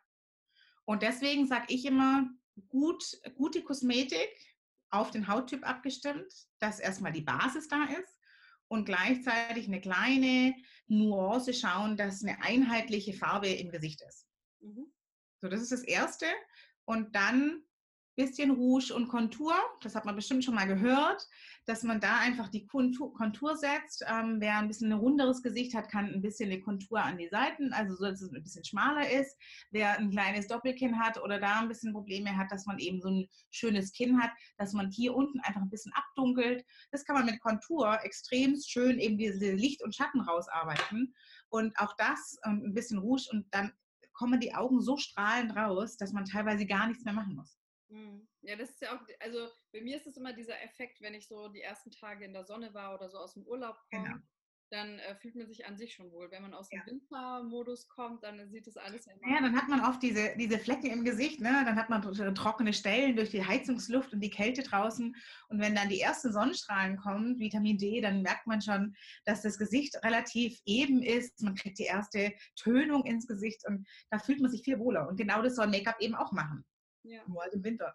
Und deswegen sage ich immer, gut, gute Kosmetik auf den Hauttyp abgestimmt, dass erstmal die Basis da ist und gleichzeitig eine kleine Nuance schauen, dass eine einheitliche Farbe im Gesicht ist. Mhm. So, das ist das Erste. Und dann ein bisschen Rouge und Kontur. Das hat man bestimmt schon mal gehört, dass man da einfach die Kontur, Kontur setzt. Ähm, wer ein bisschen ein runderes Gesicht hat, kann ein bisschen eine Kontur an die Seiten, also so, dass es ein bisschen schmaler ist. Wer ein kleines Doppelkinn hat oder da ein bisschen Probleme hat, dass man eben so ein schönes Kinn hat, dass man hier unten einfach ein bisschen abdunkelt. Das kann man mit Kontur extrem schön eben diese Licht und Schatten rausarbeiten. Und auch das ähm, ein bisschen Rouge und dann kommen die Augen so strahlend raus, dass man teilweise gar nichts mehr machen muss. Ja, das ist ja auch, also bei mir ist es immer dieser Effekt, wenn ich so die ersten Tage in der Sonne war oder so aus dem Urlaub komme, Genau. dann äh, fühlt man sich an sich schon wohl. Wenn man aus dem Ja. Wintermodus kommt, dann sieht das alles ja immer. Ja, dann hat man oft diese, diese Flecken im Gesicht, ne? Dann hat man trockene Stellen durch die Heizungsluft und die Kälte draußen. Und wenn dann die ersten Sonnenstrahlen kommen, Vitamin D, dann merkt man schon, dass das Gesicht relativ eben ist. Man kriegt die erste Tönung ins Gesicht und da fühlt man sich viel wohler. Und genau das soll Make-up eben auch machen. Ja. Nur halt im Winter.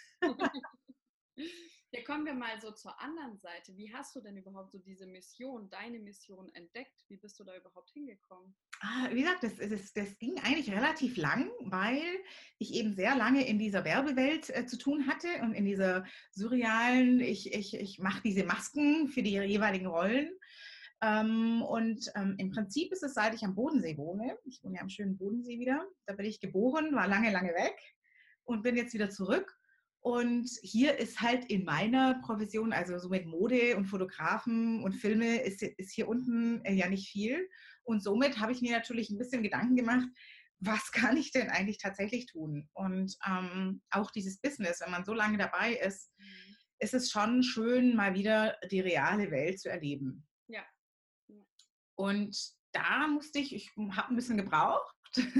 Ja, kommen wir mal so zur anderen Seite. Wie hast du denn überhaupt so diese Mission, deine Mission entdeckt? Wie bist du da überhaupt hingekommen? Ah, wie gesagt, das, das, das ging eigentlich relativ lang, weil ich eben sehr lange in dieser Werbewelt äh, zu tun hatte und in dieser surrealen, ich, ich, ich mache diese Masken für die jeweiligen Rollen. Ähm, und ähm, im Prinzip ist es, seit ich am Bodensee wohne, ich wohne ja am schönen Bodensee wieder, da bin ich geboren, war lange, lange weg und bin jetzt wieder zurück. Und hier ist halt in meiner Profession, also so mit Mode und Fotografen und Filme, ist, ist hier unten ja nicht viel. Und somit habe ich mir natürlich ein bisschen Gedanken gemacht, was kann ich denn eigentlich tatsächlich tun? Und ähm, auch dieses Business, wenn man so lange dabei ist, Mhm. ist es schon schön, mal wieder die reale Welt zu erleben. Ja. Ja. Und da musste ich, ich habe ein bisschen gebraucht,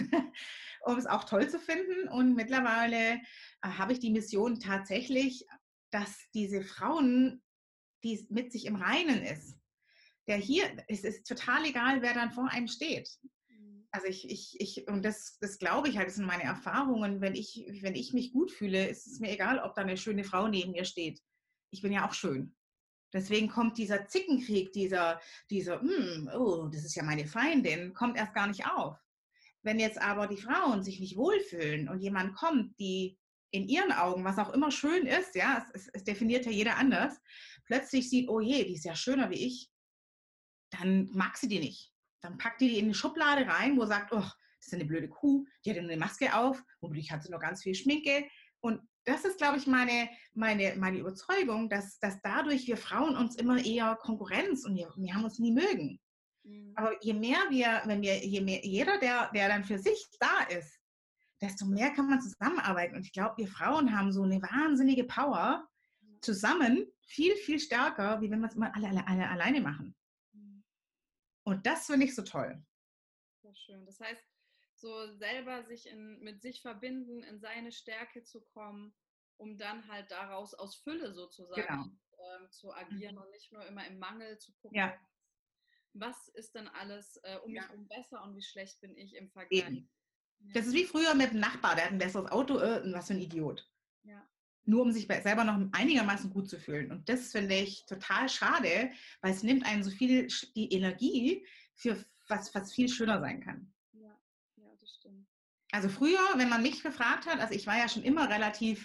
um es auch toll zu finden. Und mittlerweile äh, habe ich die Mission tatsächlich, dass diese Frauen, die mit sich im Reinen ist, der hier, es ist total egal, wer dann vor einem steht. Mhm. Also ich, ich, ich, und das, das glaube ich halt, das sind meine Erfahrungen. Wenn ich, wenn ich mich gut fühle, ist es mir egal, ob da eine schöne Frau neben mir steht. Ich bin ja auch schön. Deswegen kommt dieser Zickenkrieg, dieser, dieser, hm, oh, das ist ja meine Feindin, kommt erst gar nicht auf. Wenn jetzt aber die Frauen sich nicht wohlfühlen und jemand kommt, die in ihren Augen, was auch immer schön ist, ja, es, es, es definiert ja jeder anders, plötzlich sieht, oh je, die ist ja schöner wie ich, dann mag sie die nicht. Dann packt die die in eine Schublade rein, wo sagt, oh, das ist eine blöde Kuh, die hat ja nur eine Maske auf, wodurch hat sie noch ganz viel Schminke. Und das ist, glaube ich, meine, meine, meine Überzeugung, dass, dass dadurch wir Frauen uns immer eher Konkurrenz und wir, wir haben uns nie mögen. Mhm. Aber je mehr wir, wenn wir, je mehr, jeder, der, der dann für sich da ist, desto mehr kann man zusammenarbeiten. Und ich glaube, wir Frauen haben so eine wahnsinnige Power zusammen, viel, viel stärker, wie wenn wir es immer alle, alle, alle alleine machen. Mhm. Und das finde ich so toll. Sehr schön. Das heißt, so selber sich in, mit sich verbinden, in seine Stärke zu kommen, um dann halt daraus aus Fülle sozusagen Genau. ähm, zu agieren und nicht nur immer im Mangel zu gucken, Ja, was ist denn alles äh, um ja, mich herum besser und wie schlecht bin ich im Vergleich. eben. Ja, Das ist wie früher mit dem Nachbar, der hat ein besseres Auto, äh, was für ein Idiot. ja, Nur um sich selber noch einigermaßen gut zu fühlen. Und das finde ich total schade, weil es nimmt einen so viel die Energie für was, was viel schöner sein kann. ja, ja, das stimmt. Also früher, wenn man mich gefragt hat, also ich war ja schon immer relativ,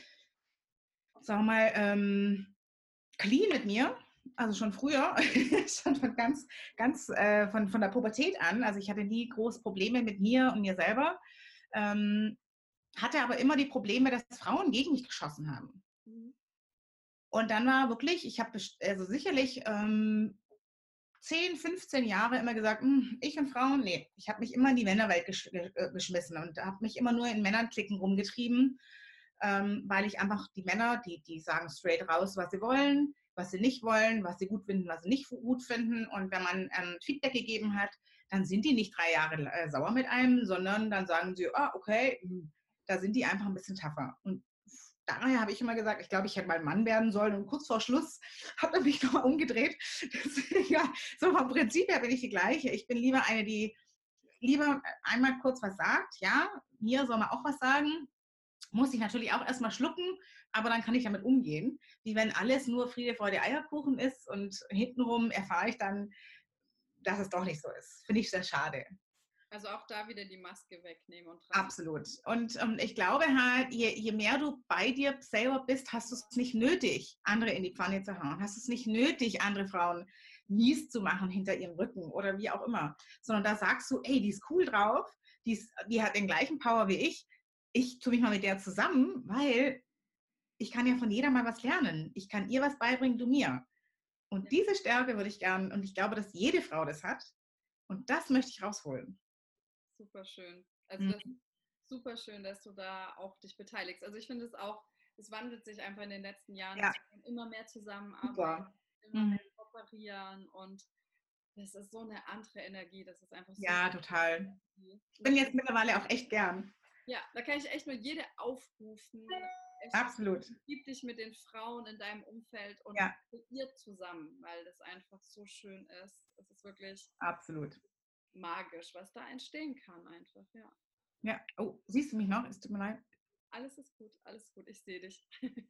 sagen wir mal, ähm, clean mit mir, also schon früher, schon von ganz, ganz äh, von, von der Pubertät an. Also ich hatte nie groß Probleme mit mir und mir selber, ähm, hatte aber immer die Probleme, dass Frauen gegen mich geschossen haben. Mhm. Und dann war wirklich, ich habe also sicherlich ähm, zehn, fünfzehn Jahre immer gesagt, hm, ich und Frauen, nee. Ich habe mich immer in die Männerwelt gesch äh, geschmissen und habe mich immer nur in Männerklicken rumgetrieben, ähm, weil ich einfach die Männer, die, die sagen straight raus, was sie wollen, was sie nicht wollen, was sie gut finden, was sie nicht gut finden. Und wenn man ähm, Feedback gegeben hat, dann sind die nicht drei Jahre äh, sauer mit einem, sondern dann sagen sie, ah, okay, mh, da sind die einfach ein bisschen tougher. Und daher habe ich immer gesagt, ich glaube, ich hätte mal ein Mann werden sollen. Und kurz vor Schluss hat er mich nochmal umgedreht. Deswegen, ja, so vom Prinzip her bin ich die gleiche. Ich bin lieber eine, die lieber einmal kurz was sagt. Ja, mir soll man auch was sagen. Muss ich natürlich auch erstmal schlucken, aber dann kann ich damit umgehen. Wie wenn alles nur Friede, Freude, Eierkuchen ist und hintenrum erfahre ich dann, dass es doch nicht so ist. Finde ich sehr schade. Also auch da wieder die Maske wegnehmen und dran. Absolut. Und ähm, ich glaube halt, je, je mehr du bei dir selber bist, hast du es nicht nötig, andere in die Pfanne zu hauen. Hast du es nicht nötig, andere Frauen mies zu machen hinter ihrem Rücken oder wie auch immer. Sondern da sagst du, ey, die ist cool drauf, die, ist, die hat den gleichen Power wie ich. Ich tue mich mal mit der zusammen, weil ich kann ja von jeder mal was lernen. Ich kann ihr was beibringen, du mir. Und diese Stärke würde ich gern, und ich glaube, dass jede Frau das hat. Und das möchte ich rausholen. Super schön. Also das Mhm. ist super schön, dass du da auch dich beteiligst. Also ich finde es auch, es wandelt sich einfach in den letzten Jahren, Ja, dass wir immer mehr zusammenarbeiten, super. immer Mhm. mehr kooperieren und das ist so eine andere Energie. Das ist einfach so Ja, eine total. Energie. Ich Und da bin kann, jetzt mittlerweile auch echt gern. ja, da kann ich echt nur jede aufrufen. Echt, Absolut. gib dich mit den Frauen in deinem Umfeld und Ja, kreiert zusammen, weil das einfach so schön ist. Es ist wirklich absolut. magisch, was da entstehen kann einfach, ja. Ja. Oh, siehst du mich noch? Es tut mir leid. Alles ist gut, alles gut, ich sehe dich.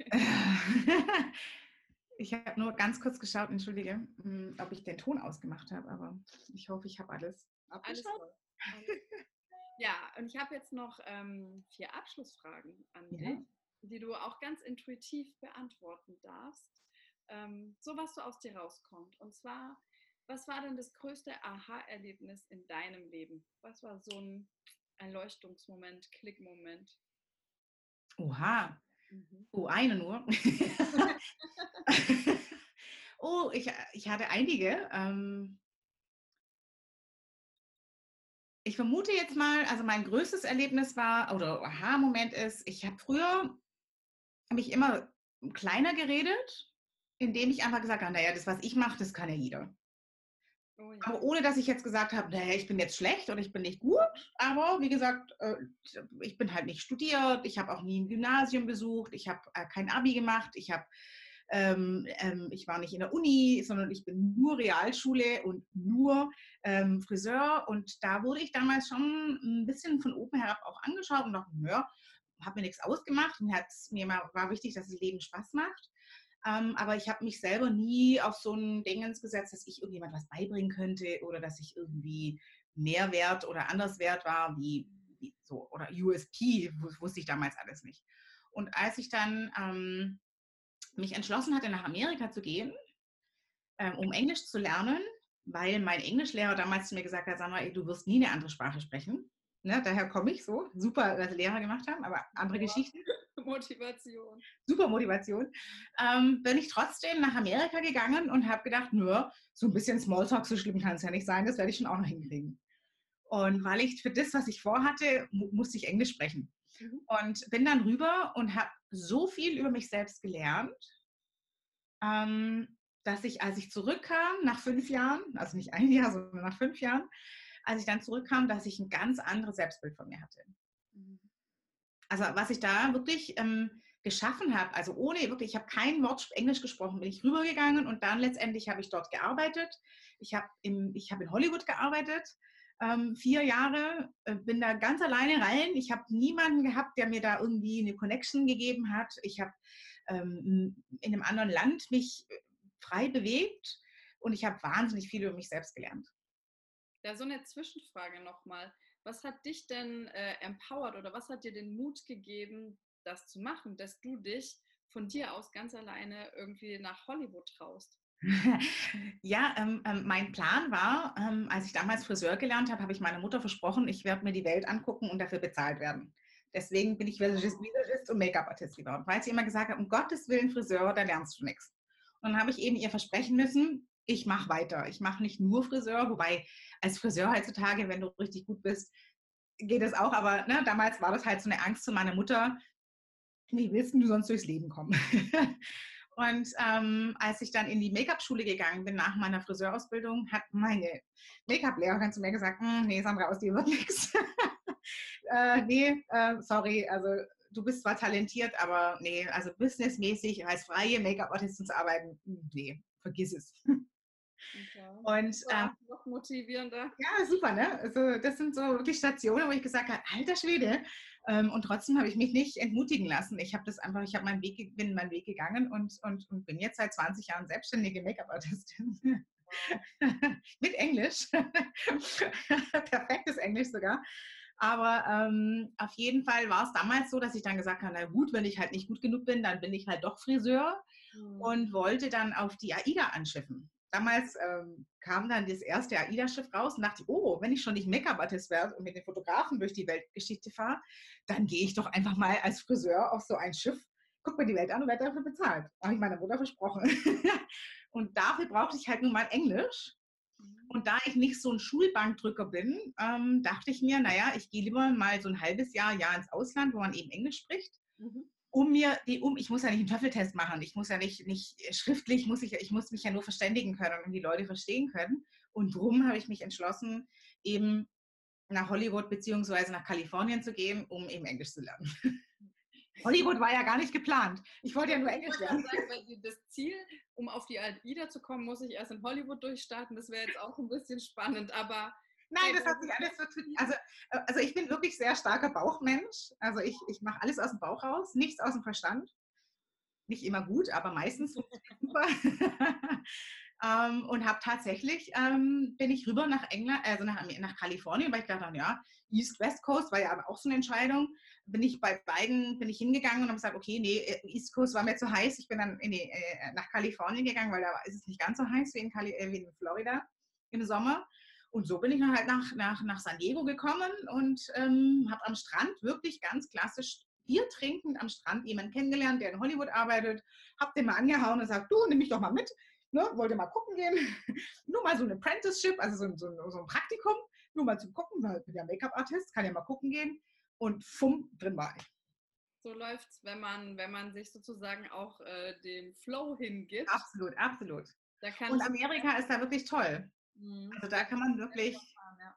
Ich habe nur ganz kurz geschaut, entschuldige, hm, ob ich den Ton ausgemacht habe, aber ich hoffe, ich habe alles Alles abgeschaut. toll. Alles. Ja, und ich habe jetzt noch ähm, vier Abschlussfragen an Ja. dich, die du auch ganz intuitiv beantworten darfst. Ähm, so was so aus dir rauskommt. Und zwar, was war denn das größte Aha-Erlebnis in deinem Leben? Was war so ein Erleuchtungsmoment, Klickmoment? Oha. Mhm. Oh, eine nur. oh, ich, ich hatte einige. Ähm ich vermute jetzt mal, also mein größtes Erlebnis war, oder Aha-Moment ist, ich habe früher mich immer kleiner geredet, indem ich einfach gesagt habe, naja, das, was ich mache, das kann ja jeder. Oh ja. Aber ohne, dass ich jetzt gesagt habe, naja, ich bin jetzt schlecht oder ich bin nicht gut. Aber wie gesagt, ich bin halt nicht studiert, ich habe auch nie ein Gymnasium besucht, ich habe kein Abi gemacht, ich habe Ähm, ähm, ich war nicht in der Uni, sondern ich bin nur Realschule und nur ähm, Friseur. Und da wurde ich damals schon ein bisschen von oben herab auch angeschaut und dachte, ja, habe mir nichts ausgemacht. Mir, mir war wichtig, dass das Leben Spaß macht. Ähm, aber ich habe mich selber nie auf so ein Dingens gesetzt, dass ich irgendjemand was beibringen könnte oder dass ich irgendwie Mehrwert oder anderswert war, wie, wie so, oder U S P, wusste ich damals alles nicht. Und als ich dann ähm, mich entschlossen hatte, nach Amerika zu gehen, ähm, um Englisch zu lernen, weil mein Englischlehrer damals zu mir gesagt hat, Sandra, ey, du wirst nie eine andere Sprache sprechen. Ne, daher komme ich so. Super, was Lehrer gemacht haben, aber andere ja. Geschichte. Motivation. Super Motivation. Ähm, bin ich trotzdem nach Amerika gegangen und habe gedacht, nur so ein bisschen Smalltalk, so schlimm kann es ja nicht sein, das werde ich schon auch noch hinkriegen. Und weil ich für das, was ich vorhatte, mu- musste ich Englisch sprechen. Mhm. Und bin dann rüber und habe so viel über mich selbst gelernt, ähm, dass ich, als ich zurückkam, nach fünf Jahren, also nicht ein Jahr, sondern nach fünf Jahren, als ich dann zurückkam, dass ich ein ganz anderes Selbstbild von mir hatte. Mhm. Also was ich da wirklich ähm, geschaffen habe, also ohne wirklich, ich habe kein Wort Englisch gesprochen, bin ich rübergegangen und dann letztendlich habe ich dort gearbeitet. Ich habe ich hab in Hollywood gearbeitet, ähm, vier Jahre, äh, bin da ganz alleine rein. Ich habe niemanden gehabt, der mir da irgendwie eine Connection gegeben hat. Ich habe ähm, in einem anderen Land mich frei bewegt und ich habe wahnsinnig viel über mich selbst gelernt. Ja, so eine Zwischenfrage nochmal. Was hat dich denn äh, empowert oder was hat dir den Mut gegeben, das zu machen, dass du dich von dir aus ganz alleine irgendwie nach Hollywood traust? Ja, ähm, ähm, mein Plan war, ähm, als ich damals Friseur gelernt habe, habe ich meiner Mutter versprochen, ich werde mir die Welt angucken und dafür bezahlt werden. Deswegen bin ich Visagist, Visagist und Make-up-Artist geworden, weil sie immer gesagt hat, um Gottes Willen Friseur, da lernst du nichts. Und dann habe ich eben ihr versprechen müssen, ich mache weiter. Ich mache nicht nur Friseur, wobei als Friseur heutzutage, wenn du richtig gut bist, geht es auch. Aber ne, damals war das halt so eine Angst zu meiner Mutter, wie willst du sonst durchs Leben kommen? Und ähm, als ich dann in die Make-up-Schule gegangen bin nach meiner Friseurausbildung, hat meine Make-up-Lehrerin zu mir gesagt, nee, Sandra, aus dir wird nichts. äh, nee, äh, sorry, also du bist zwar talentiert, aber nee, also businessmäßig als freie Make-up-Artistin zu arbeiten, nee, vergiss es. Okay. Und ähm, noch motivierender. Ja, super, ne? Also das sind so wirklich Stationen, wo ich gesagt habe, alter Schwede. Ähm, und trotzdem habe ich mich nicht entmutigen lassen. Ich habe das einfach, ich habe meinen Weg, bin meinen Weg gegangen und, und, und bin jetzt seit zwanzig Jahren selbstständige Make-up-Artistin. Wow. Mit Englisch. Perfektes Englisch sogar. Aber ähm, auf jeden Fall war es damals so, dass ich dann gesagt habe, na gut, wenn ich halt nicht gut genug bin, dann bin ich halt doch Friseur mhm. und wollte dann auf die AIDA anschiffen. Damals ähm, kam dann das erste AIDA-Schiff raus und dachte, oh, wenn ich schon nicht Make-up-Artist werde und mit den Fotografen durch die Weltgeschichte fahre, dann gehe ich doch einfach mal als Friseur auf so ein Schiff, guck mir die Welt an und werde dafür bezahlt. Habe ich meiner Mutter versprochen. Und dafür brauchte ich halt nun mal Englisch. Und da ich nicht so ein Schulbankdrücker bin, ähm, dachte ich mir, naja, ich gehe lieber mal so ein halbes Jahr, Jahr ins Ausland, wo man eben Englisch spricht. Mhm. Um mir die, um, ich muss ja nicht einen TOEFL-Test machen, ich muss ja nicht, nicht schriftlich, muss ich, ich muss mich ja nur verständigen können und die Leute verstehen können. Und darum habe ich mich entschlossen, eben nach Hollywood beziehungsweise nach Kalifornien zu gehen, um eben Englisch zu lernen. Hollywood war ja gar nicht geplant. Ich wollte ja nur Englisch lernen. Sagen, weil das Ziel, um auf die AIDA zu kommen, muss ich erst in Hollywood durchstarten. Das wäre jetzt auch ein bisschen spannend, aber nein, das hat sich alles so, also, also ich bin wirklich sehr starker Bauchmensch. Also ich, ich mache alles aus dem Bauch raus, nichts aus dem Verstand. Nicht immer gut, aber meistens super. ähm, und habe tatsächlich, ähm, bin ich rüber nach England, also nach, nach Kalifornien, weil ich dachte, ja, East, West Coast war ja aber auch so eine Entscheidung. Bin ich bei beiden, bin ich hingegangen und habe gesagt, okay, nee, East Coast war mir zu heiß. Ich bin dann in die, äh, nach Kalifornien gegangen, weil da ist es nicht ganz so heiß wie in, Kali äh, wie in Florida im Sommer. Und so bin ich dann halt nach, nach, nach San Diego gekommen und ähm, habe am Strand wirklich ganz klassisch Bier trinkend am Strand jemanden kennengelernt, der in Hollywood arbeitet, hab den mal angehauen und sagt, du, nimm mich doch mal mit, ne, wollt ihr mal gucken gehen? Nur mal so ein Apprenticeship, also so, so, so ein Praktikum, nur mal zum Gucken, weil ich bin ja Make-up-Artist, kann ja mal gucken gehen und fumm, drin war ich. So läuft es, wenn man, wenn man sich sozusagen auch äh, dem Flow hingibt. Absolut, absolut. Da kann und Amerika ist da wirklich toll. Mhm. Also da kann man wirklich, ja.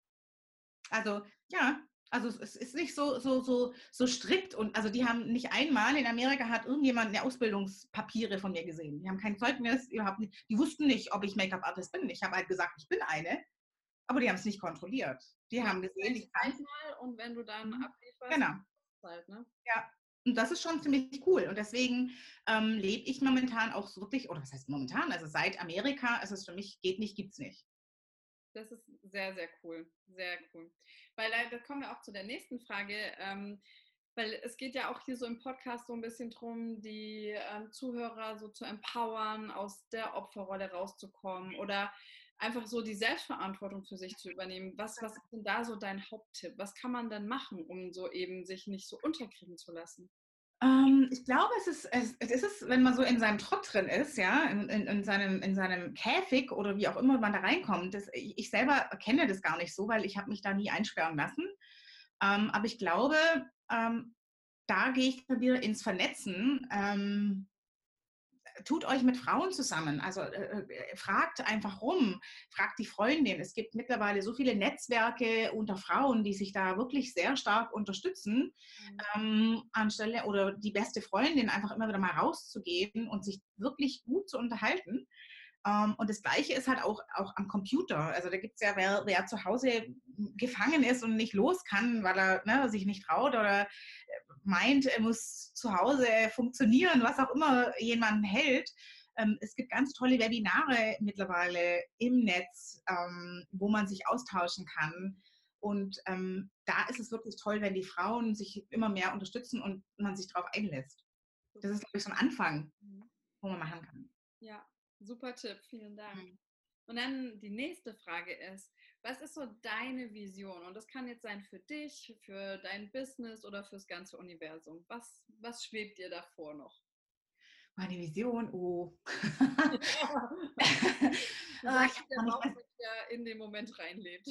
also ja, also es ist nicht so, so, so, so strikt und also die haben nicht einmal in Amerika hat irgendjemand eine Ausbildungspapiere von mir gesehen. Die haben kein Zeugnis, überhaupt nicht, die wussten nicht, ob ich Make-up-Artist bin. Ich habe halt gesagt, ich bin eine, aber die haben es nicht kontrolliert. Die ja, haben gesehen, ich kann. Einmal und wenn du dann mhm. ablieferst, genau. halt, ne? Ja. Und das ist schon ziemlich cool. Und deswegen ähm, lebe ich momentan auch so wirklich, oder was heißt momentan? Also seit Amerika ist es für mich, geht nicht, gibt's nicht. Das ist sehr, sehr cool. Sehr cool. Weil da kommen wir auch zu der nächsten Frage. Ähm, weil es geht ja auch hier so im Podcast so ein bisschen drum, die ähm, Zuhörer so zu empowern, aus der Opferrolle rauszukommen oder einfach so die Selbstverantwortung für sich zu übernehmen. Was, was ist denn da so dein Haupttipp? Was kann man denn machen, um so eben sich nicht so unterkriegen zu lassen? Ähm, ich glaube, es ist, es, es ist, wenn man so in seinem Trott drin ist, ja, in, in, in, seinem, in seinem Käfig oder wie auch immer man da reinkommt. Das, ich, ich selber kenne das gar nicht so, weil ich habe mich da nie einsperren lassen. Ähm, aber ich glaube, ähm, da gehe ich dann wieder ins Vernetzen. Ähm, tut euch mit Frauen zusammen, also äh, fragt einfach rum, fragt die Freundin. Es gibt mittlerweile so viele Netzwerke unter Frauen, die sich da wirklich sehr stark unterstützen, Mhm. ähm, anstelle oder die beste Freundin einfach immer wieder mal rauszugehen und sich wirklich gut zu unterhalten. Um, und das Gleiche ist halt auch, auch am Computer. Also da gibt es ja, wer, wer zu Hause gefangen ist und nicht los kann, weil er ne, sich nicht traut oder meint, er muss zu Hause funktionieren, was auch immer jemanden hält. Ähm, es gibt ganz tolle Webinare mittlerweile im Netz, ähm, wo man sich austauschen kann. Und ähm, da ist es wirklich toll, wenn die Frauen sich immer mehr unterstützen und man sich darauf einlässt. Das ist, glaube ich, so ein Anfang, wo man machen kann. Ja, super Tipp, vielen Dank. Mhm. Und dann die nächste Frage ist, was ist so deine Vision? Und das kann jetzt sein für dich, für dein Business oder fürs ganze Universum. Was, was schwebt dir davor noch? Meine Vision, oh. ah, ich der Bauch, der in den Moment reinlebt.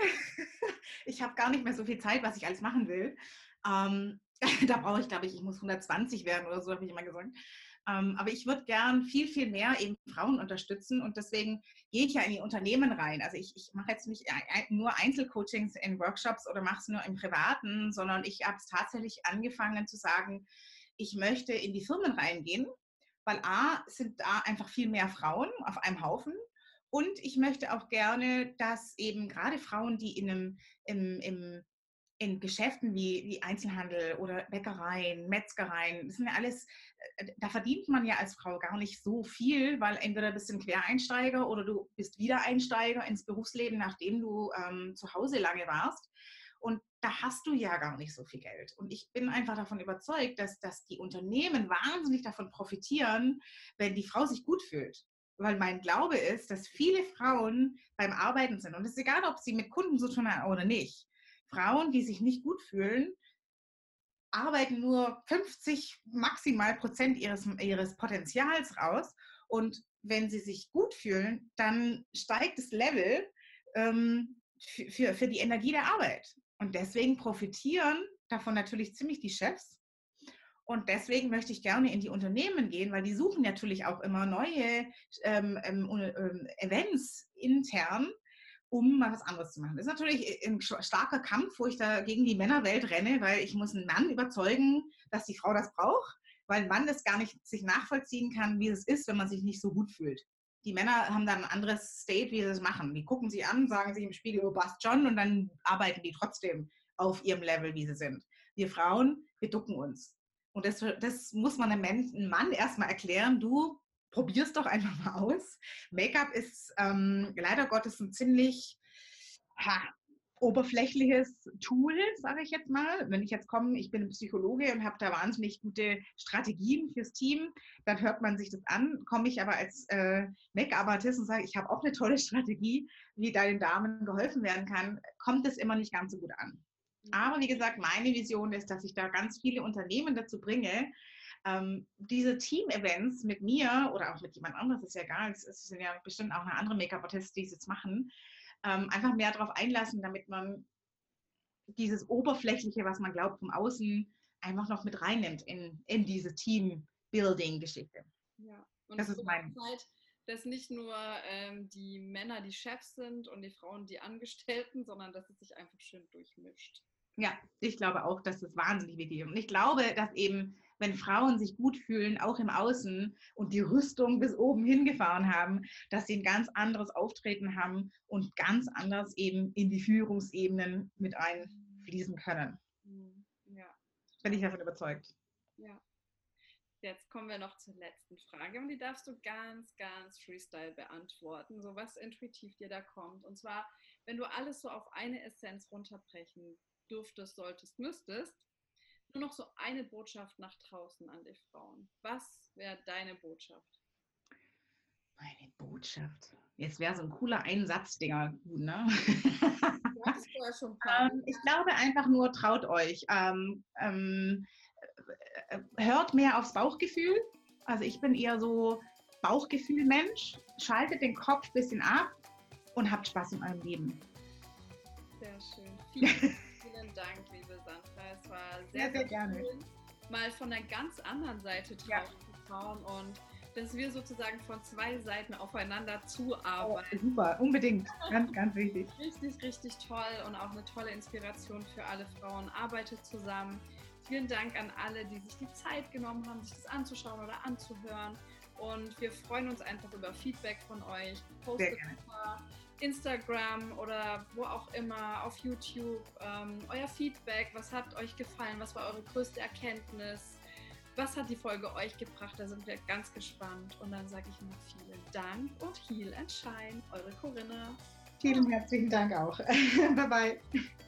Ich habe gar nicht mehr so viel Zeit, was ich alles machen will. Ähm, da brauche ich, glaube ich, ich muss hundertzwanzig werden oder so, habe ich immer gesagt. Ähm, aber ich würde gern viel, viel mehr eben Frauen unterstützen und deswegen gehe ich ja in die Unternehmen rein. Also ich, ich mache jetzt nicht nur Einzelcoachings in Workshops oder mache es nur im Privaten, sondern ich habe es tatsächlich angefangen zu sagen, ich möchte in die Firmen reingehen, weil A, sind da einfach viel mehr Frauen auf einem Haufen. Und ich möchte auch gerne, dass eben gerade Frauen, die in, einem, im, im, in Geschäften wie, wie Einzelhandel oder Bäckereien, Metzgereien, das sind ja alles, da verdient man ja als Frau gar nicht so viel, weil entweder bist du ein Quereinsteiger oder du bist Wiedereinsteiger ins Berufsleben, nachdem du ähm, zu Hause lange warst. Und da hast du ja gar nicht so viel Geld. Und ich bin einfach davon überzeugt, dass, dass die Unternehmen wahnsinnig davon profitieren, wenn die Frau sich gut fühlt. Weil mein Glaube ist, dass viele Frauen beim Arbeiten sind. Und es ist egal, ob sie mit Kunden zu tun haben oder nicht. Frauen, die sich nicht gut fühlen, arbeiten nur fünfzig maximal Prozent ihres, ihres Potenzials raus. Und wenn sie sich gut fühlen, dann steigt das Level ähm, für, für, für die Energie der Arbeit. Und deswegen profitieren davon natürlich ziemlich die Chefs. Und deswegen möchte ich gerne in die Unternehmen gehen, weil die suchen natürlich auch immer neue ähm, ähm, Events intern, um mal was anderes zu machen. Das ist natürlich ein starker Kampf, wo ich da gegen die Männerwelt renne, weil ich muss einen Mann überzeugen, dass die Frau das braucht, weil ein Mann das gar nicht sich nachvollziehen kann, wie es ist, wenn man sich nicht so gut fühlt. Die Männer haben dann ein anderes State, wie sie es machen. Die gucken sie an, sagen sich im Spiegel, oh, passt schon, und dann arbeiten die trotzdem auf ihrem Level, wie sie sind. Wir Frauen, wir ducken uns. Und das, das muss man einem Mann erstmal erklären, du probier's doch einfach mal aus. Make-up ist ähm, leider Gottes ein ziemlich ha, oberflächliches Tool, sage ich jetzt mal. Wenn ich jetzt komme, ich bin Psychologe und habe da wahnsinnig gute Strategien fürs Team, dann hört man sich das an. Komme ich aber als äh, Make-up-Artist und sage, ich habe auch eine tolle Strategie, wie da den Damen geholfen werden kann, kommt es immer nicht ganz so gut an. Aber wie gesagt, meine Vision ist, dass ich da ganz viele Unternehmen dazu bringe, ähm, diese Team-Events mit mir oder auch mit jemand anderes, ist ja egal, es sind ja bestimmt auch eine andere Make-up-Artists, die es jetzt machen, ähm, einfach mehr darauf einlassen, damit man dieses Oberflächliche, was man glaubt vom Außen, einfach noch mit reinnimmt in, in diese Team-Building-Geschichte. Ja, und das es ist wird mein... Zeit, dass nicht nur ähm, die Männer die Chefs sind und die Frauen die Angestellten, sondern dass es sich einfach schön durchmischt. Ja, ich glaube auch, dass es wahnsinnig wichtig ist. Und ich glaube, dass eben, wenn Frauen sich gut fühlen, auch im Außen und die Rüstung bis oben hingefahren haben, dass sie ein ganz anderes Auftreten haben und ganz anders eben in die Führungsebenen mit einfließen können. Ja. Bin ich davon überzeugt. Ja. Jetzt kommen wir noch zur letzten Frage und die darfst du ganz, ganz Freestyle beantworten, so was intuitiv dir da kommt. Und zwar, wenn du alles so auf eine Essenz runterbrechen dürftest, solltest, müsstest, nur noch so eine Botschaft nach draußen an die Frauen. Was wäre deine Botschaft? Meine Botschaft. Jetzt wäre so ein cooler Einsatz-Dinger gut, ne? Du hattest vorher schon ein paar. ähm, ich glaube einfach nur, traut euch. Ähm, ähm, hört mehr aufs Bauchgefühl. Also ich bin eher so Bauchgefühl-Mensch. Schaltet den Kopf ein bisschen ab und habt Spaß in eurem Leben. Sehr schön. Vielen, vielen Dank, liebe Sandra. Es war sehr, sehr, sehr gerne. Cool, mal von der ganz anderen Seite drauf ja. zu schauen und dass wir sozusagen von zwei Seiten aufeinander zuarbeiten. Oh, super, unbedingt. Ganz, ganz wichtig. Richtig, richtig toll und auch eine tolle Inspiration für alle Frauen. Arbeitet zusammen. Vielen Dank an alle, die sich die Zeit genommen haben, sich das anzuschauen oder anzuhören. Und wir freuen uns einfach über Feedback von euch. Postet über Instagram oder wo auch immer, auf YouTube, ähm, euer Feedback. Was hat euch gefallen? Was war eure größte Erkenntnis? Was hat die Folge euch gebracht? Da sind wir ganz gespannt. Und dann sage ich noch vielen Dank und Heal and Shine, eure Corinna. Vielen herzlichen Dank auch. Bye bye.